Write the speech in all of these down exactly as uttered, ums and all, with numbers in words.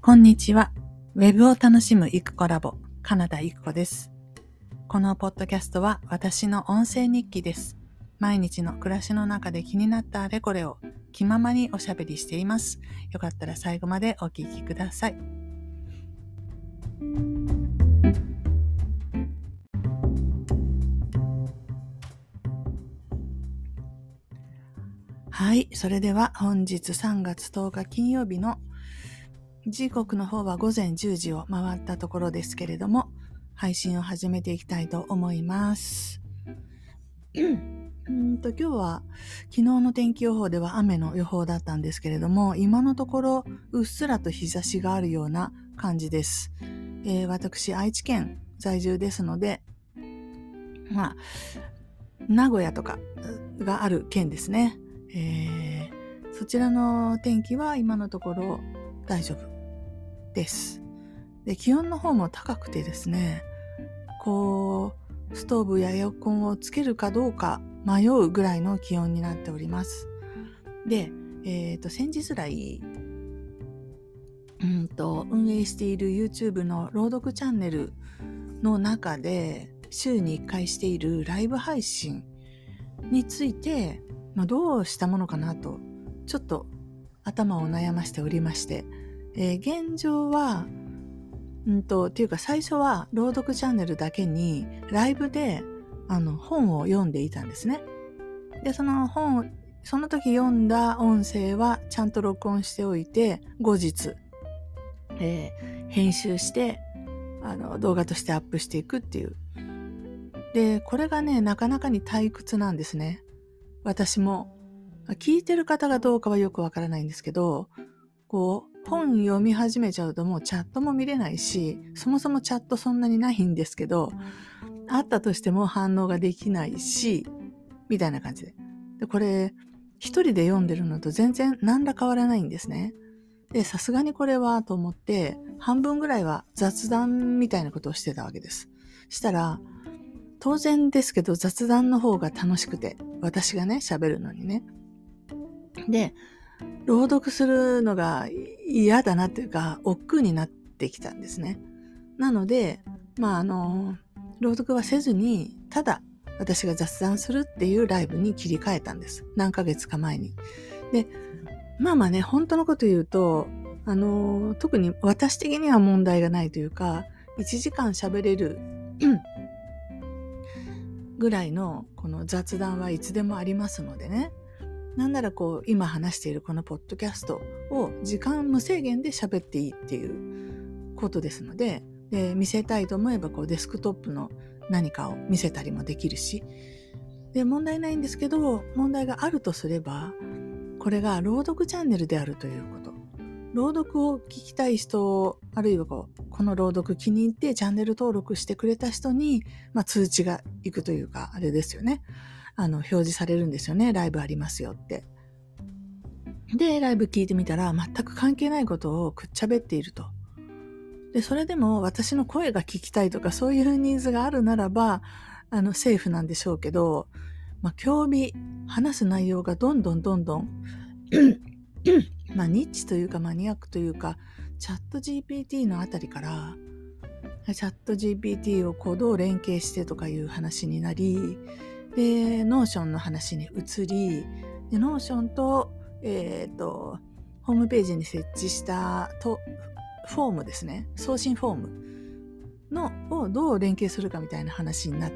こんにちは。ウェブを楽しむイクコラボ、カナダイクコです。このポッドキャストは私の音声日記です。毎日の暮らしの中で気になったあれこれを気ままにおしゃべりしています。よかったら最後までお聞きください。はい、それでは本日さんがつとおか金曜日の時刻の方はごぜんじゅうじを回ったところですけれども、配信を始めていきたいと思います。うんと今日は昨日の天気予報では雨の予報だったんですけれども、今のところうっすらと日差しがあるような感じです。えー、私愛知県在住ですので、まあ名古屋とかがある県ですね。えー、そちらの天気は今のところ大丈夫です。で、気温の方も高くてですね、こうストーブやエアコンをつけるかどうか迷うぐらいの気温になっております。で、えーと先日来うんと運営している YouTube の朗読チャンネルの中で週にいっかいしているライブ配信について、まあ、どうしたものかなとちょっと頭を悩ましておりまして、えー、現状はうんとっていうか最初は朗読チャンネルだけにライブであの本を読んでいたんですね。で、その本その時読んだ音声はちゃんと録音しておいて後日、えー、編集してあの動画としてアップしていくっていう。で、これがねなかなかに退屈なんですね。私も聞いてる方がどうかはよくわからないんですけど、こう本読み始めちゃうともうチャットも見れないし、そもそもチャットそんなにないんですけど、あったとしても反応ができないしみたいな感じで、でこれ一人で読んでるのと全然何ら変わらないんですね。で、さすがにこれはと思って半分ぐらいは雑談みたいなことをしてたわけです。したら当然ですけど雑談の方が楽しくて、私がね喋るのにね、で朗読するのが嫌だなっていうか億劫になってきたんですね。なのでまああの朗読はせずにただ私が雑談するっていうライブに切り替えたんです。何ヶ月か前に。で、まあまあね、本当のこと言うとあの特に私的には問題がないというか、いちじかん喋れるぐらいのこの雑談はいつでもありますのでね。なんならこう今話しているこのポッドキャストを時間無制限で喋っていいっていうことですので、で見せたいと思えばこうデスクトップの何かを見せたりもできるし、で問題ないんですけど、問題があるとすればこれが朗読チャンネルであるということ。朗読を聞きたい人、あるいはこうこの朗読気に入ってチャンネル登録してくれた人に、まあ、通知がいくというかあれですよね。あの表示されるんですよね。ライブありますよって。で、ライブ聞いてみたら全く関係ないことをくっちゃべっていると。で、それでも私の声が聞きたいとかそういうニーズがあるならば、あのセーフなんでしょうけど、まあ、興味、話す内容がどんどんどんどんまあニッチというかマニアックというか、チャット ジーピーティー のあたりからチャット ジーピーティー をこうどう連携してとかいう話になり、でノーションの話に移り、でノーションとえっとホームページに設置したとフォームですね、送信フォームのをどう連携するかみたいな話になって、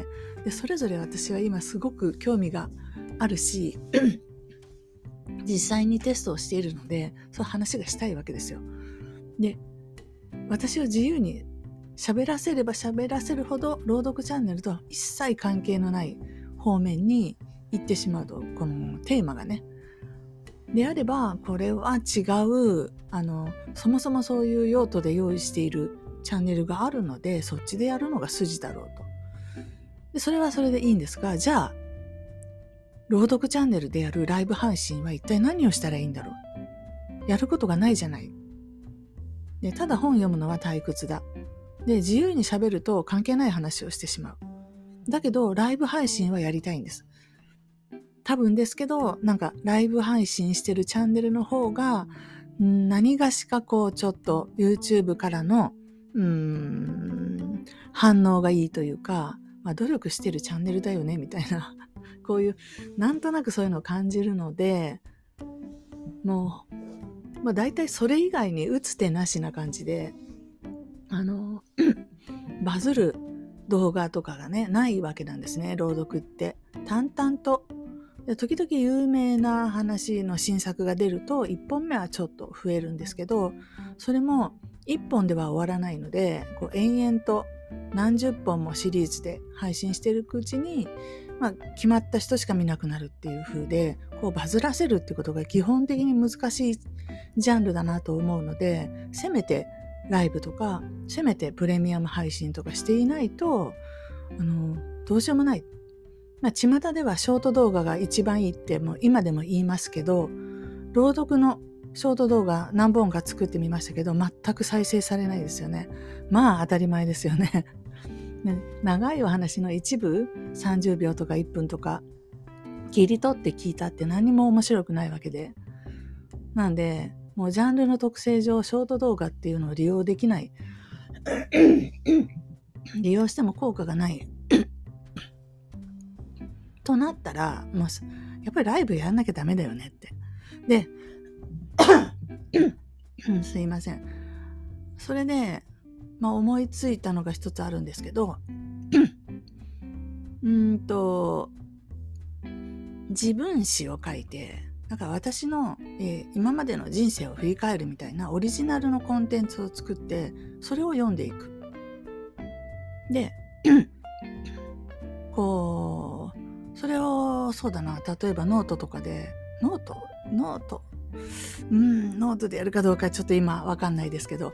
でそれぞれ私は今すごく興味があるし実際にテストをしているので、そう話がしたいわけですよ。で、私を自由に喋らせれば喋らせるほど朗読チャンネルと一切関係のない方面に行ってしまうと、このテーマがね、であればこれは違う、あのそもそもそういう用途で用意しているチャンネルがあるので、そっちでやるのが筋だろうと。でそれはそれでいいんですが、じゃあ朗読チャンネルでやるライブ配信は一体何をしたらいいんだろう。やることがないじゃない。でただ本読むのは退屈だ。で自由に喋ると関係ない話をしてしまう。だけどライブ配信はやりたいんです。多分ですけど、なんかライブ配信してるチャンネルの方がん何がしかこうちょっと YouTube からのうーん反応がいいというか、まあ、努力してるチャンネルだよねみたいなこういうなんとなくそういうのを感じるので、もう、まあ、大体それ以外に打つ手なしな感じで、あのバズる動画とかがねないわけなんですね。朗読って淡々と、で時々有名な話の新作が出るといっぽんめはちょっと増えるんですけど、それもいっぽんでは終わらないので、こう延々と何十本もシリーズで配信していくうちに、まあ、決まった人しか見なくなるっていう風で、こうバズらせるってことが基本的に難しいジャンルだなと思うので、せめてライブとかせめてプレミアム配信とかしていないと、あのどうしようもない。まあ、巷ではショート動画が一番いいってもう今でも言いますけど、朗読のショート動画何本か作ってみましたけど全く再生されないですよね。まあ当たり前ですよね。ね、長いお話の一部さんじゅうびょうとかいっぷんとか切り取って聞いたって何も面白くないわけで、なんでもうジャンルの特性上ショート動画っていうのを利用できない利用しても効果がないとなったら、もうやっぱりライブやんなきゃダメだよねって。で、すいません。それで、まあ、思いついたのが一つあるんですけど、うーんと自分史を書いて、だから私の、えー、今までの人生を振り返るみたいなオリジナルのコンテンツを作って、それを読んでいく。で、こうそれをそうだな、例えばノートとかでノートノートうんノートでやるかどうかちょっと今わかんないですけど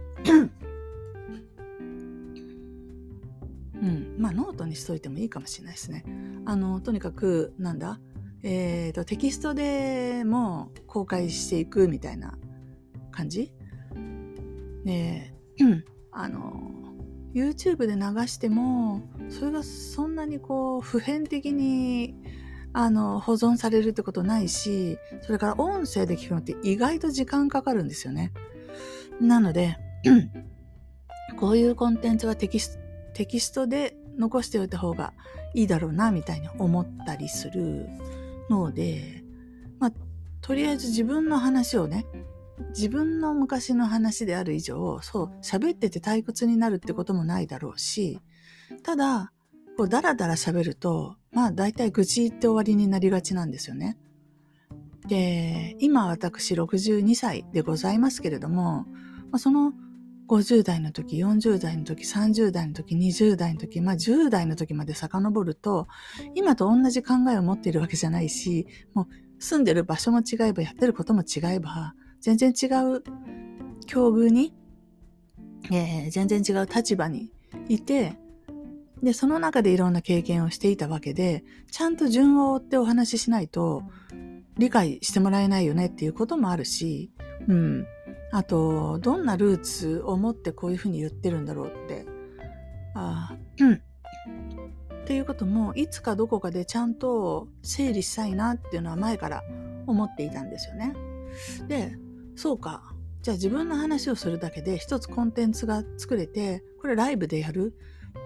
うんまあノートにしといてもいいかもしれないですね。あのとにかくなんだえーとテキストでも公開していくみたいな感じで、うんあのYouTube で流してもそれがそんなにこう普遍的にあの保存されるってことないし、それから音声で聞くのって意外と時間かかるんですよね。なのでこういうコンテンツはテキスト、テキストで残しておいた方がいいだろうなみたいに思ったりするので、まあとりあえず自分の話をね、自分の昔の話である以上、そう喋ってて退屈になるってこともないだろうし、ただこうダラダラ喋るとまあ大体愚痴言って終わりになりがちなんですよね。で、今私ろくじゅうにさいでございますけれども、まあ、そのごじゅうだいの時、よんじゅうだいの時、さんじゅうだいの時、にじゅうだいの時、まあじゅうだいの時まで遡ると、今と同じ考えを持っているわけじゃないし、もう住んでる場所も違えばやってることも違えば、全然違う境遇に、えー、全然違う立場にいて、で、その中でいろんな経験をしていたわけで、ちゃんと順を追ってお話ししないと理解してもらえないよねっていうこともあるし、うん。あと、どんなルーツを持ってこういうふうに言ってるんだろうって、あうん。っていうことも、いつかどこかでちゃんと整理したいなっていうのは前から思っていたんですよね。で、そうか。じゃあ自分の話をするだけで一つコンテンツが作れて、これライブでやる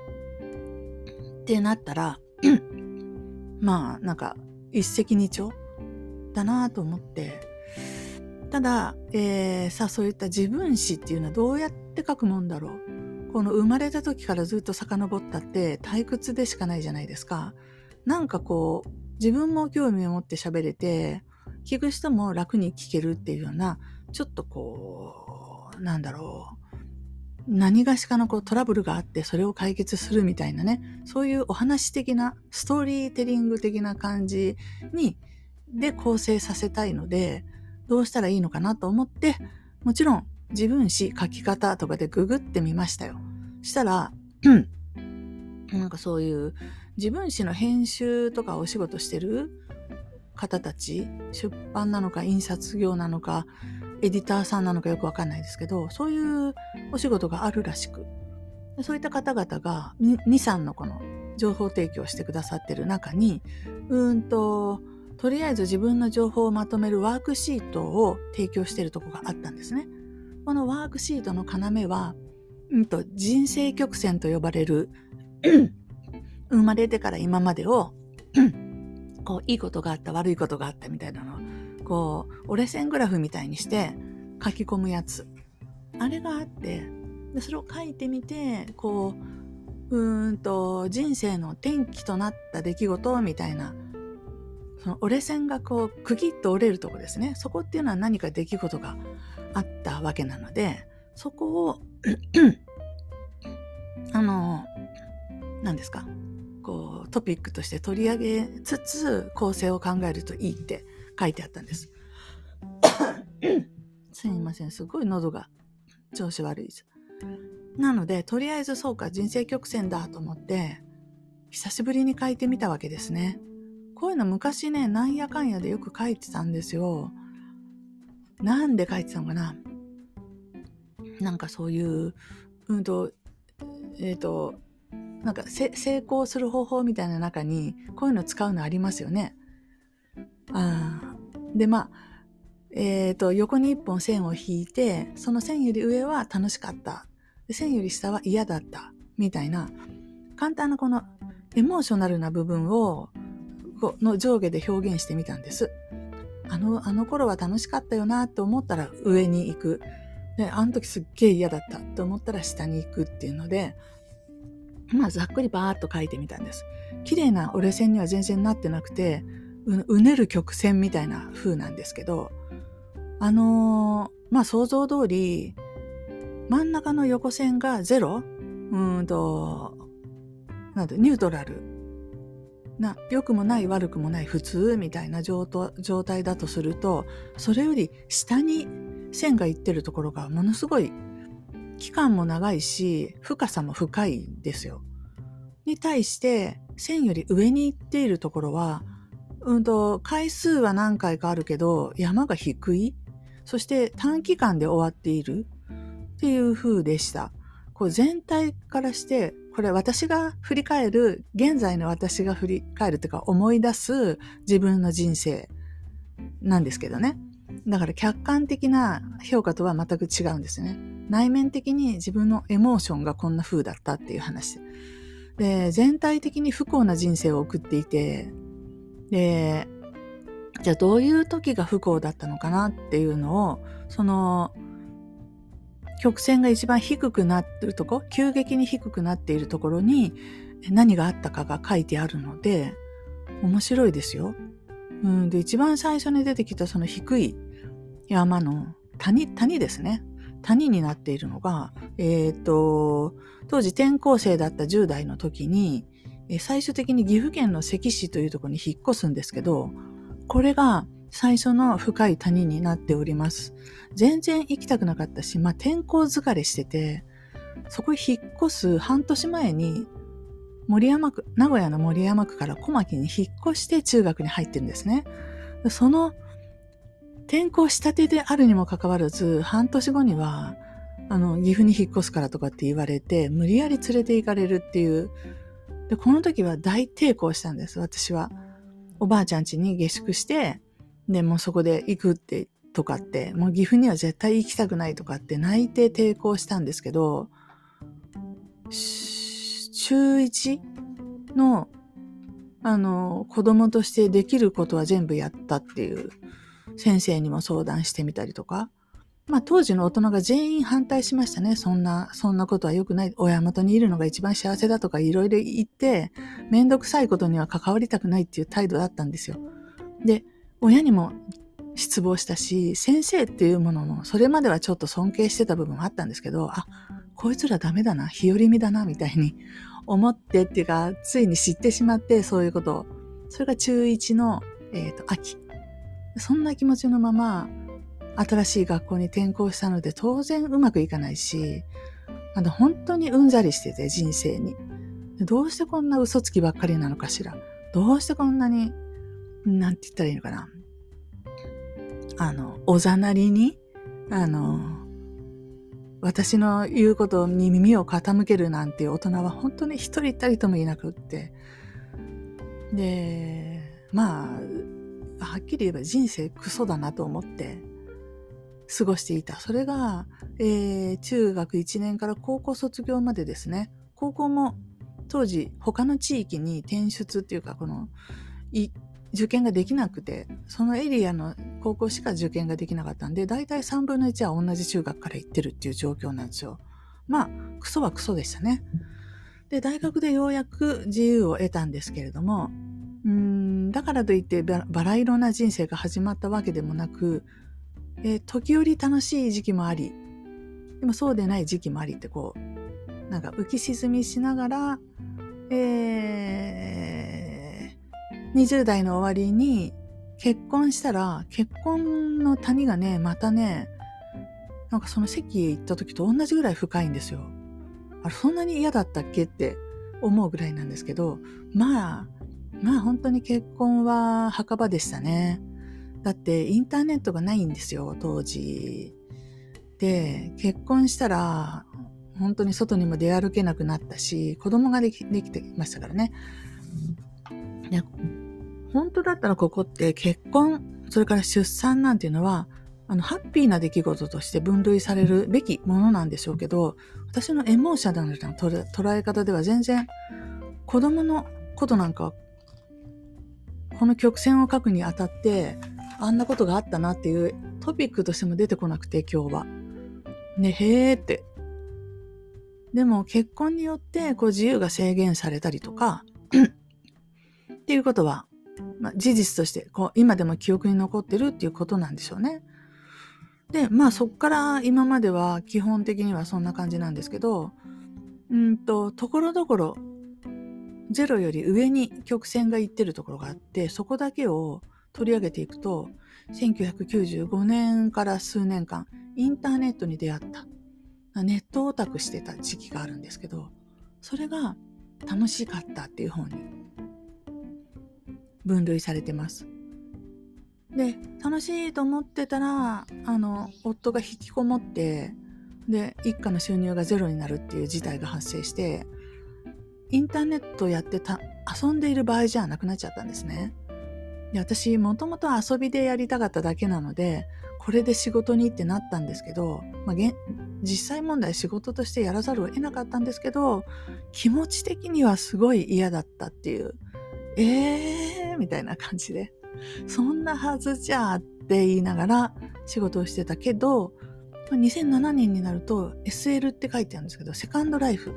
ってなったら、まあなんか一石二鳥だなと思って、ただ、えー、さあそういった自分史っていうのはどうやって書くもんだろう。この生まれた時からずっと遡ったって退屈でしかないじゃないですか。なんかこう自分も興味を持って喋れて聞く人も楽に聞けるっていうような、ちょっとこうなんだろう、何がしかのこうトラブルがあってそれを解決するみたいなね、そういうお話的なストーリーテリング的な感じにで構成させたいので、どうしたらいいのかなと思って、もちろん自分史書き方とかでググってみましたよ。したら、うん、なんかそういう自分史の編集とかお仕事してる方たち、出版なのか印刷業なのかエディターさんなのかよくわかんないですけど、そういうお仕事があるらしく、そういった方々がに、さんのこの情報提供してくださってる中に、うーんととりあえず自分の情報をまとめるワークシートを提供しているところがあったんですね。このワークシートの要は、うんと、人生曲線と呼ばれる生まれてから今までをこういいことがあった悪いことがあったみたいなのをこう折れ線グラフみたいにして書き込むやつ、あれがあって、でそれを書いてみてこううーんと人生の転機となった出来事みたいな、その折れ線がこうクキッと折れるとこですね。そこっていうのは何か出来事があったわけなので、そこをあの何ですかこうトピックとして取り上げつつ構成を考えるといいって書いてあったんですすみません、すごい喉が調子悪いです。なのでとりあえずそうか人生曲線だと思って久しぶりに書いてみたわけですね。こういうの昔ねなんやかんやでよく書いてたんですよ。なんで書いてたのかな、なんかそういううんとえっ、ー、となんか成功する方法みたいな中にこういうの使うのありますよね。あでまあえっ、ー、と横に一本線を引いて、その線より上は楽しかった、で線より下は嫌だったみたいな簡単なこのエモーショナルな部分をの上下で表現してみたんです。あのあの頃は楽しかったよなと思ったら上に行く、であの時すっげえ嫌だったと思ったら下に行くっていうので、まあざっくりバーっと書いてみたんです。綺麗な折れ線には全然なってなくて、う, うねる曲線みたいな風なんですけど、あのー、まあ想像通り真ん中の横線がゼロ、うーんとなんでニュートラルな、良くもない悪くもない普通みたいな状態だとすると、それより下に線がいってるところがものすごい期間も長いし深さも深いですよ。に対して線より上に行っているところは、うんと回数は何回かあるけど山が低い、そして短期間で終わっているっていう風でした。こう全体からしてこれ私が振り返る、現在の私が振り返るというか思い出す自分の人生なんですけどね。だから客観的な評価とは全く違うんですね。内面的に自分のエモーションがこんな風だったっていう話で、全体的に不幸な人生を送っていて、でじゃあどういう時が不幸だったのかなっていうのを、その曲線が一番低くなっているところ、急激に低くなっているところに何があったかが書いてあるので面白いですよ。うん、で一番最初に出てきたその低い山の谷、谷ですね。谷になっているのが、えっと、当時転校生だったじゅう代の時に、最終的に岐阜県の関市というところに引っ越すんですけど、これが最初の深い谷になっております。全然行きたくなかったし、まあ転校疲れしてて、そこに引っ越す半年前に森山区、名古屋の森山区から小牧に引っ越して中学に入ってるんですね。その転校したてであるにもかかわらず、半年後にはあの岐阜に引っ越すからとかって言われて、無理やり連れて行かれるっていう。でこの時は大抵抗したんです。私はおばあちゃん家に下宿して、でもうそこで行くってとかって、もう岐阜には絶対行きたくないとかって泣いて抵抗したんですけど、中いちのあの子供としてできることは全部やったっていう、先生にも相談してみたりとか、まあ当時の大人が全員反対しましたね。そんなそんなことは良くない、親元にいるのが一番幸せだとかいろいろ言って、めんどくさいことには関わりたくないっていう態度だったんですよ。で親にも失望したし、先生っていうものもそれまではちょっと尊敬してた部分もあったんですけど、あ、こいつらダメだな、日和見だなみたいに思ってっていうか、ついに知ってしまって、そういうことを。それが中いちの、えーと、秋。そんな気持ちのまま新しい学校に転校したので、当然うまくいかないし、あの本当にうんざりしてて、人生に。どうしてこんな嘘つきばっかりなのかしら。どうしてこんなに、なんて言ったらいいのかな。あの、おざなりに、あの、私の言うことに耳を傾けるなんていう大人は本当に一人たりともいなくって。で、まあ、 はっきり言えば人生クソだなと思って過ごしていた。それが、えー、中学いちねんから高校卒業までですね。高校も当時他の地域に転出っていうか、このい受験ができなくて、そのエリアの高校しか受験ができなかったんで、だいたいさんぶんのいちは同じ中学から行ってるっていう状況なんですよ。まあクソはクソでしたね。で、大学でようやく自由を得たんですけれども、うーんだからといってバラ色な人生が始まったわけでもなく、えー、時折楽しい時期もあり、でもそうでない時期もありって、こうなんか浮き沈みしながら、えー、にじゅう代の終わりに結婚したら、結婚の谷がね、またね、なんかその席へ行った時と同じぐらい深いんですよ。あれ、そんなに嫌だったっけって思うぐらいなんですけど、まあまあ本当に結婚は墓場でしたね。だってインターネットがないんですよ、当時。で、結婚したら本当に外にも出歩けなくなったし、子供ができ、できてましたからね。で、本当だったらここって結婚、それから出産なんていうのは、あの、ハッピーな出来事として分類されるべきものなんでしょうけど、私のエモーショナルな捉え方では全然子供のことなんか、この曲線を書くにあたってあんなことがあったなっていうトピックとしても出てこなくて、今日はね、へーって。でも結婚によってこう自由が制限されたりとかっていうことは、まあ、事実としてこう今でも記憶に残ってるっていうことなんでしょうね。で、まあそっから今までは基本的にはそんな感じなんですけど、うんとところどころゼロより上に曲線がいってるところがあって、そこだけを取り上げていくと、せんきゅうひゃくきゅうじゅうごねんから数年間インターネットに出会った、ネットオタクしてた時期があるんですけど、それが楽しかったっていう方に分類されてます。で、楽しいと思ってたら、あの夫が引きこもって、で一家の収入がゼロになるっていう事態が発生して、インターネットをやってた遊んでいる場合じゃなくなっちゃったんですね。で、私もともと遊びでやりたかっただけなので、これで仕事にってなったんですけど、まあ、実際問題仕事としてやらざるを得なかったんですけど、気持ち的にはすごい嫌だったっていう、えーみたいな感じで、そんなはずじゃって言いながら仕事をしてたけど、にせんななねんになると エスエル って書いてあるんですけど、セカンドライフ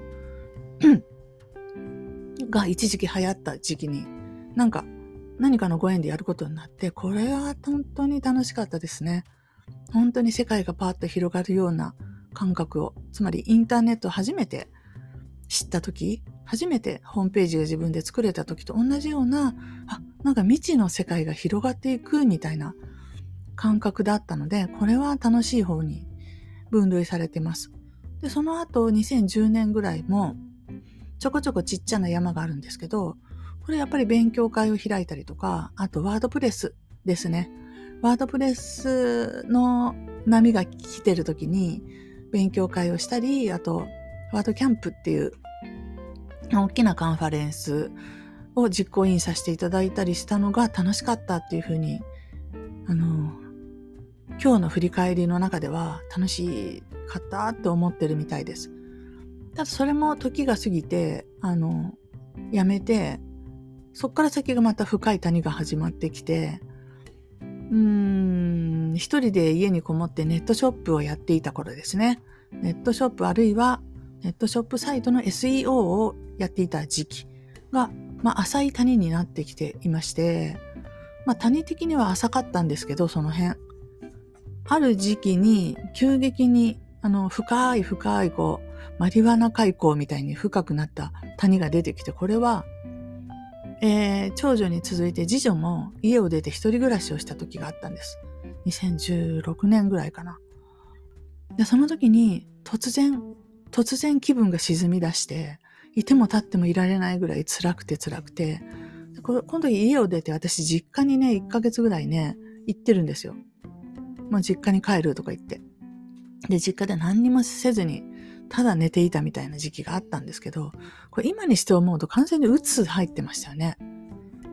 が一時期流行った時期に、なんか何かのご縁でやることになって、これは本当に楽しかったですね。本当に世界がパーッと広がるような感覚を、つまりインターネットを初めて知った時、初めてホームページが自分で作れた時と同じような、あ、なんか未知の世界が広がっていくみたいな感覚だったので、これは楽しい方に分類されてます。で、その後にせんじゅうねんぐらいもちょこちょこちっちゃな山があるんですけど、これやっぱり勉強会を開いたりとか、あとワードプレスですね。ワードプレスの波が来てる時に勉強会をしたり、あとワードキャンプっていう大きなカンファレンスを実行委員させていただいたりしたのが楽しかったっていうふうに、あの今日の振り返りの中では楽しかったって思ってるみたいです。ただそれも時が過ぎて、あのやめて、そっから先がまた深い谷が始まってきて、うーん一人で家にこもってネットショップをやっていた頃ですね。ネットショップあるいはネットショップサイトの エスイーオー をやっていた時期が、まあ、浅い谷になってきていまして、まあ、谷的には浅かったんですけど、その辺ある時期に急激にあの深い深いこうマリワナ海溝みたいに深くなった谷が出てきて、これは、えー、長女に続いて次女も家を出て一人暮らしをした時があったんです。にせんじゅうろくねんぐらいかな。で、その時に突然突然気分が沈み出して、いても立ってもいられないぐらい辛くて辛くて、この時家を出て私実家にねいっかげつぐらいね行ってるんですよ。まあ、実家に帰るとか言って、で実家で何にもせずにただ寝ていたみたいな時期があったんですけど、これ今にして思うと完全に鬱入ってましたよね。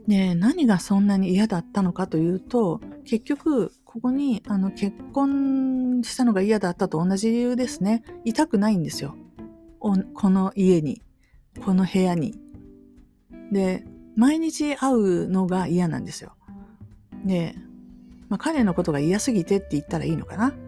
で、何がそんなに嫌だったのかというと、結局、ここに、あの、結婚したのが嫌だったと同じ理由ですね。痛くないんですよ。おこの家に、この部屋に。で、毎日会うのが嫌なんですよ。で、まあ、彼のことが嫌すぎてって言ったらいいのかな。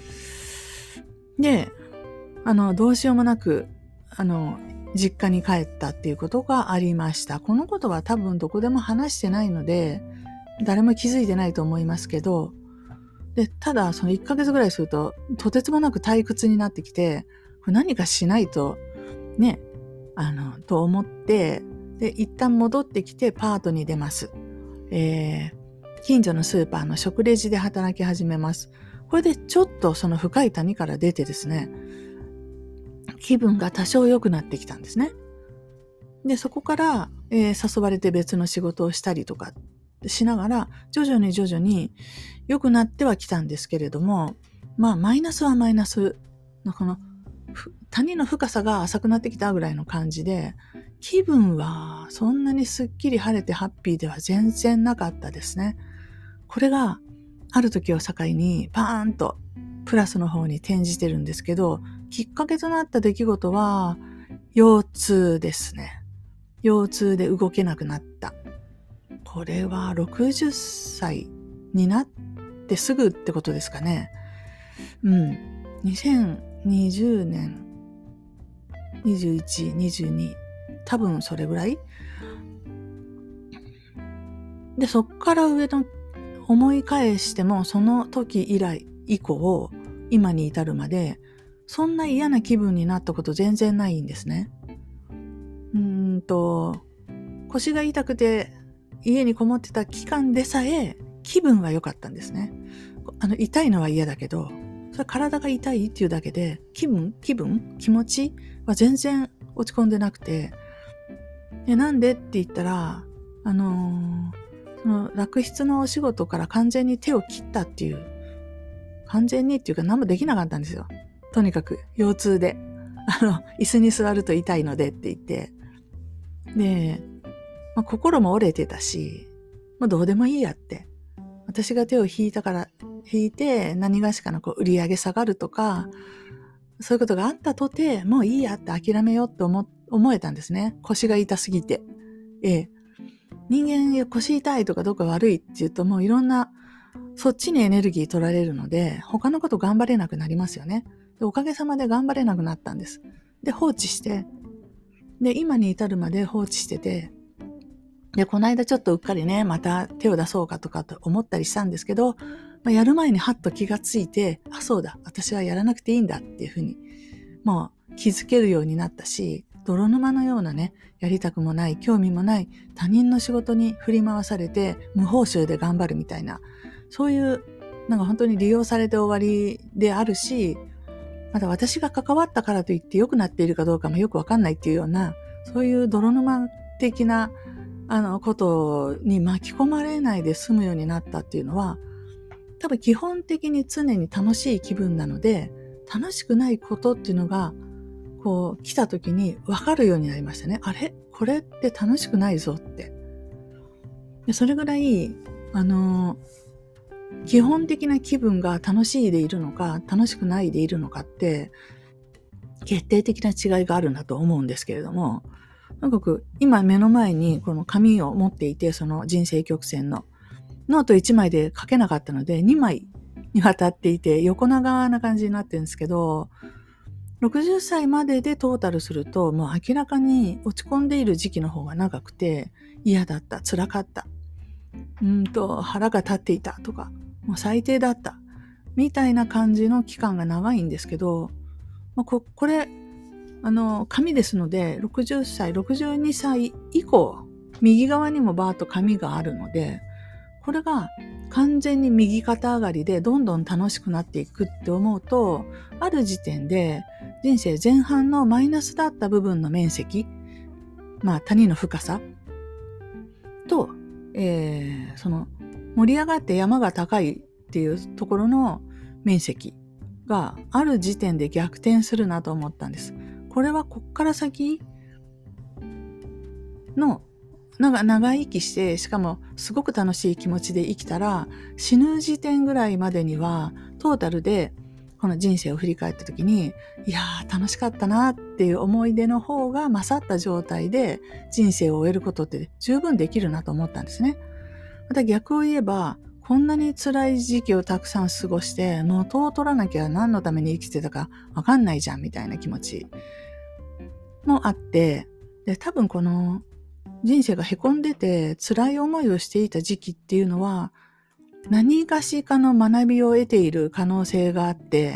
で、あの、どうしようもなく、あの、実家に帰ったっていうことがありました。このことは多分どこでも話してないので、誰も気づいてないと思いますけど、で、ただそのいっかげつぐらいすると、とてつもなく退屈になってきて、これ何かしないと、ね、あの、と思って、で、一旦戻ってきてパートに出ます。えー、近所のスーパーの食レジで働き始めます。これでちょっとその深い谷から出てですね、気分が多少良くなってきたんですね。で、そこから、えー、誘われて別の仕事をしたりとかしながら、徐々に徐々に良くなってはきたんですけれども、まあ、マイナスはマイナスのこの、谷の深さが浅くなってきたぐらいの感じで、気分はそんなにすっきり晴れてハッピーでは全然なかったですね。これがある時を境にパーンとプラスの方に転じてるんですけど、きっかけとなった出来事は腰痛ですね。腰痛で動けなくなった。これはろくじゅっさいになってすぐってことですかね。うん。にせんにじゅうねん、にじゅういち、にじゅうに、多分それぐらいで、そっから上の思い返しても、その時以来以降、今に至るまで、そんな嫌な気分になったこと全然ないんですね。うーんと、腰が痛くて家にこもってた期間でさえ気分は良かったんですね。あの、痛いのは嫌だけど、それ体が痛いっていうだけで、気分、気分、気持ちは全然落ち込んでなくて、で、なんでって言ったら、あのー、その楽室のお仕事から完全に手を切ったっていう、完全にっていうか何もできなかったんですよ。とにかく腰痛で、あの、椅子に座ると痛いのでって言って、で、まあ、心も折れてたし、もうどうでもいいやって。私が手を引いたから、引いて何がしかのこう売り上げ下がるとか、そういうことがあったとて、もういいやって諦めようって思、思えたんですね。腰が痛すぎて。ええ。人間腰痛いとかどっか悪いって言うともういろんな、そっちにエネルギー取られるので、他のこと頑張れなくなりますよね。で、おかげさまで頑張れなくなったんです。で、放置して、で、今に至るまで放置してて、で、この間ちょっとうっかりね、また手を出そうかとかと思ったりしたんですけど、まあ、やる前にハッと気がついて、あ、そうだ、私はやらなくていいんだっていうふうに、もう気づけるようになったし、泥沼のようなね、やりたくもない、興味もない他人の仕事に振り回されて、無報酬で頑張るみたいな、そういう、なんか本当に利用されて終わりであるし、また私が関わったからといって良くなっているかどうかもよくわかんないっていうような、そういう泥沼的なあのことに巻き込まれないで済むようになったっていうのは、多分基本的に常に楽しい気分なので、楽しくないことっていうのがこう来た時に分かるようになりましたね。あれこれって楽しくないぞって。でそれぐらいあの基本的な気分が楽しいでいるのか楽しくないでいるのかって決定的な違いがあるなと思うんですけれども、とにかく今目の前にこの紙を持っていて、その人生曲線のノートいちまいで書けなかったのでにまいにわたっていて横長な感じになってるんですけど、ろくじゅっさいまででトータルするともう明らかに落ち込んでいる時期の方が長くて、嫌だった、辛かった、うーんと腹が立っていたとか、もう最低だったみたいな感じの期間が長いんですけど、まあ、こ, これあの紙ですのでろくじゅっさいろくじゅうにさい以降右側にもバーッと紙があるので、これが完全に右肩上がりでどんどん楽しくなっていくって思うと、ある時点で人生前半のマイナスだった部分の面積、まあ谷の深さと、えー、その盛り上がって山が高いっていうところの面積がある時点で逆転するなと思ったんです。これはこっから先のなんか長生きして、しかもすごく楽しい気持ちで生きたら、死ぬ時点ぐらいまでにはトータルでこの人生を振り返った時に、いやー楽しかったなっていう思い出の方が勝った状態で人生を終えることって十分できるなと思ったんですね。また逆を言えば、こんなに辛い時期をたくさん過ごして、もう元を取らなきゃ何のために生きてたかわかんないじゃんみたいな気持ちもあって、で、多分この人生が凹んでて辛い思いをしていた時期っていうのは、何かしかの学びを得ている可能性があって、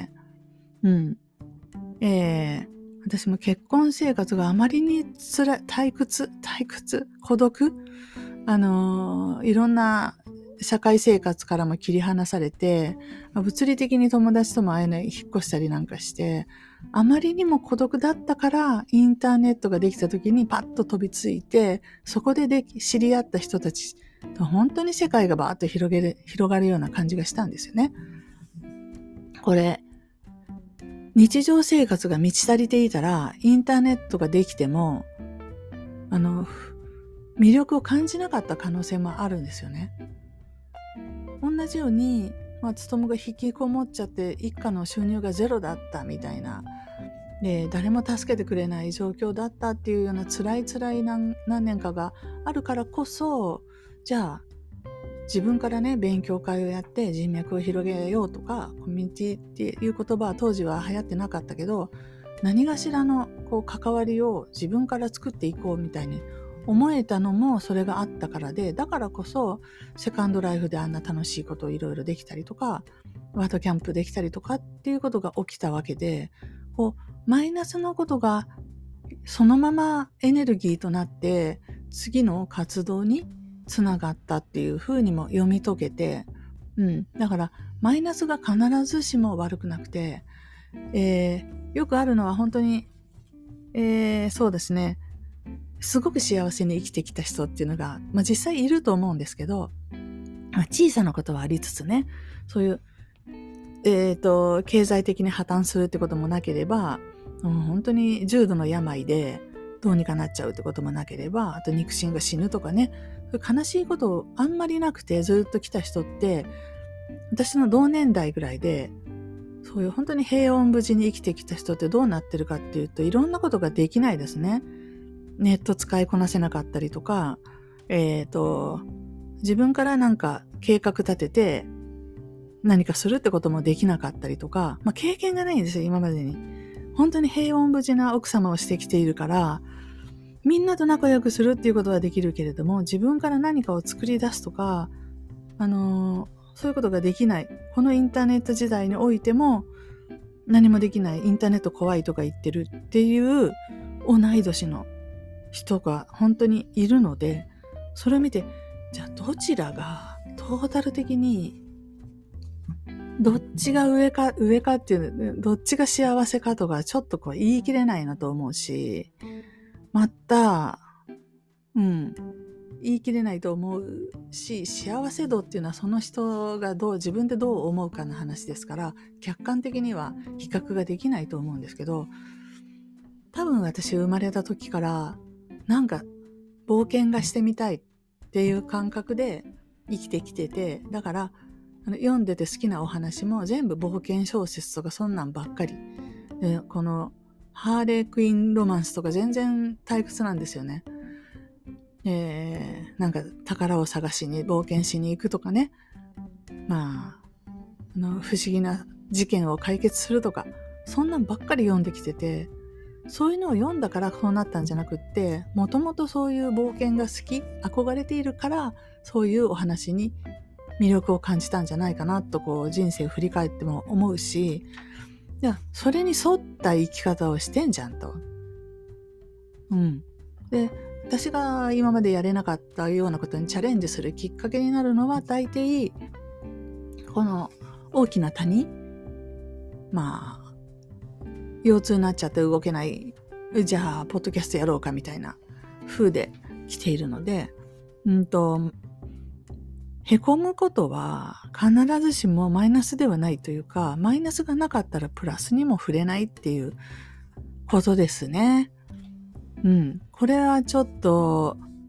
うん。えー、私も結婚生活があまりにつらい、退屈、退屈、孤独、あのー、いろんな社会生活からも切り離されて、物理的に友達とも会えない、引っ越したりなんかして、あまりにも孤独だったから、インターネットができた時にパッと飛びついて、そこでで知り合った人たちと本当に世界がバーッと広げる、広がるような感じがしたんですよね。これ、日常生活が満ち足りていたら、インターネットができても、あの、魅力を感じなかった可能性もあるんですよね。同じように、まあ、勤が引きこもっちゃって一家の収入がゼロだったみたいな、で誰も助けてくれない状況だったっていうような辛い辛い 何, 何年かがあるからこそ、じゃあ自分からね勉強会をやって人脈を広げようとか、コミュニティっていう言葉は当時は流行ってなかったけど、何がしらのこう関わりを自分から作っていこうみたいに思えたのもそれがあったからで、だからこそセカンドライフであんな楽しいことをいろいろできたりとか、ワードキャンプできたりとかっていうことが起きたわけで、こうマイナスのことがそのままエネルギーとなって次の活動につながったっていうふうにも読み解けて、うん、だからマイナスが必ずしも悪くなくて、えー、よくあるのは本当に、えー、そうですね、すごく幸せに生きてきた人っていうのが、まあ、実際いると思うんですけど、まあ、小さなことはありつつね、そういう、えーと、経済的に破綻するってこともなければ、うん、本当に重度の病でどうにかなっちゃうってこともなければ、あと肉親が死ぬとかね、悲しいことあんまりなくてずっと来た人って、私の同年代ぐらいで、そういう本当に平穏無事に生きてきた人ってどうなってるかっていうと、いろんなことができないですね。ネット使いこなせなかったりとか、えっと、自分からなんか計画立てて何かするってこともできなかったりとか、まあ経験がないんですよ、今までに。本当に平穏無事な奥様をしてきているから、みんなと仲良くするっていうことはできるけれども、自分から何かを作り出すとか、あのー、そういうことができない。このインターネット時代においても何もできない。インターネット怖いとか言ってるっていう同い年の人が本当にいるので、それを見て、じゃあどちらがトータル的にどっちが上か上かっていう、どっちが幸せかとかちょっとこう言い切れないなと思うし、またうん言い切れないと思うし、幸せ度っていうのはその人がどう自分でどう思うかの話ですから、客観的には比較ができないと思うんですけど、多分私生まれた時からなんか冒険がしてみたいっていう感覚で生きてきてて、だから読んでて好きなお話も全部冒険小説とかそんなんばっかりで、このハーレークイーンロマンスとか全然退屈なんですよね。えー、なんか宝を探しに冒険しに行くとかね、まあ、あの不思議な事件を解決するとか、そんなんばっかり読んできてて、そういうのを読んだからそうなったんじゃなくって、もともとそういう冒険が好き、憧れているからそういうお話に魅力を感じたんじゃないかなと、こう人生を振り返っても思うし、いやそれに沿った生き方をしてんじゃんと。うん。で、私が今までやれなかったようなことにチャレンジするきっかけになるのは、大抵この大きな谷、まあ腰痛になっちゃって動けない、じゃあポッドキャストやろうかみたいな風で来ているので、うんとへこむことは必ずしもマイナスではないというか、マイナスがなかったらプラスにも触れないっていうことですね。うん、これはちょっと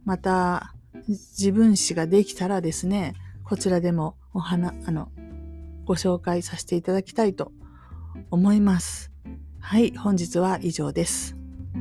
また自分史ができたらですね、こちらでもお花、あの、ご紹介させていただきたいと思います。はい、本日は以上です。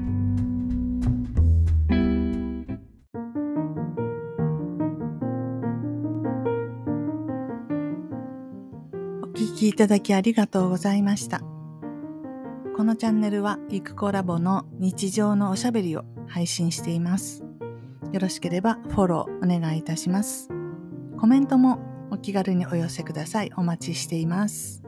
お聞きいただきありがとうございました。このチャンネルはゆくこラボの日常のおしゃべりを配信しています。よろしければフォローお願いいたします。コメントもお気軽にお寄せください。お待ちしています。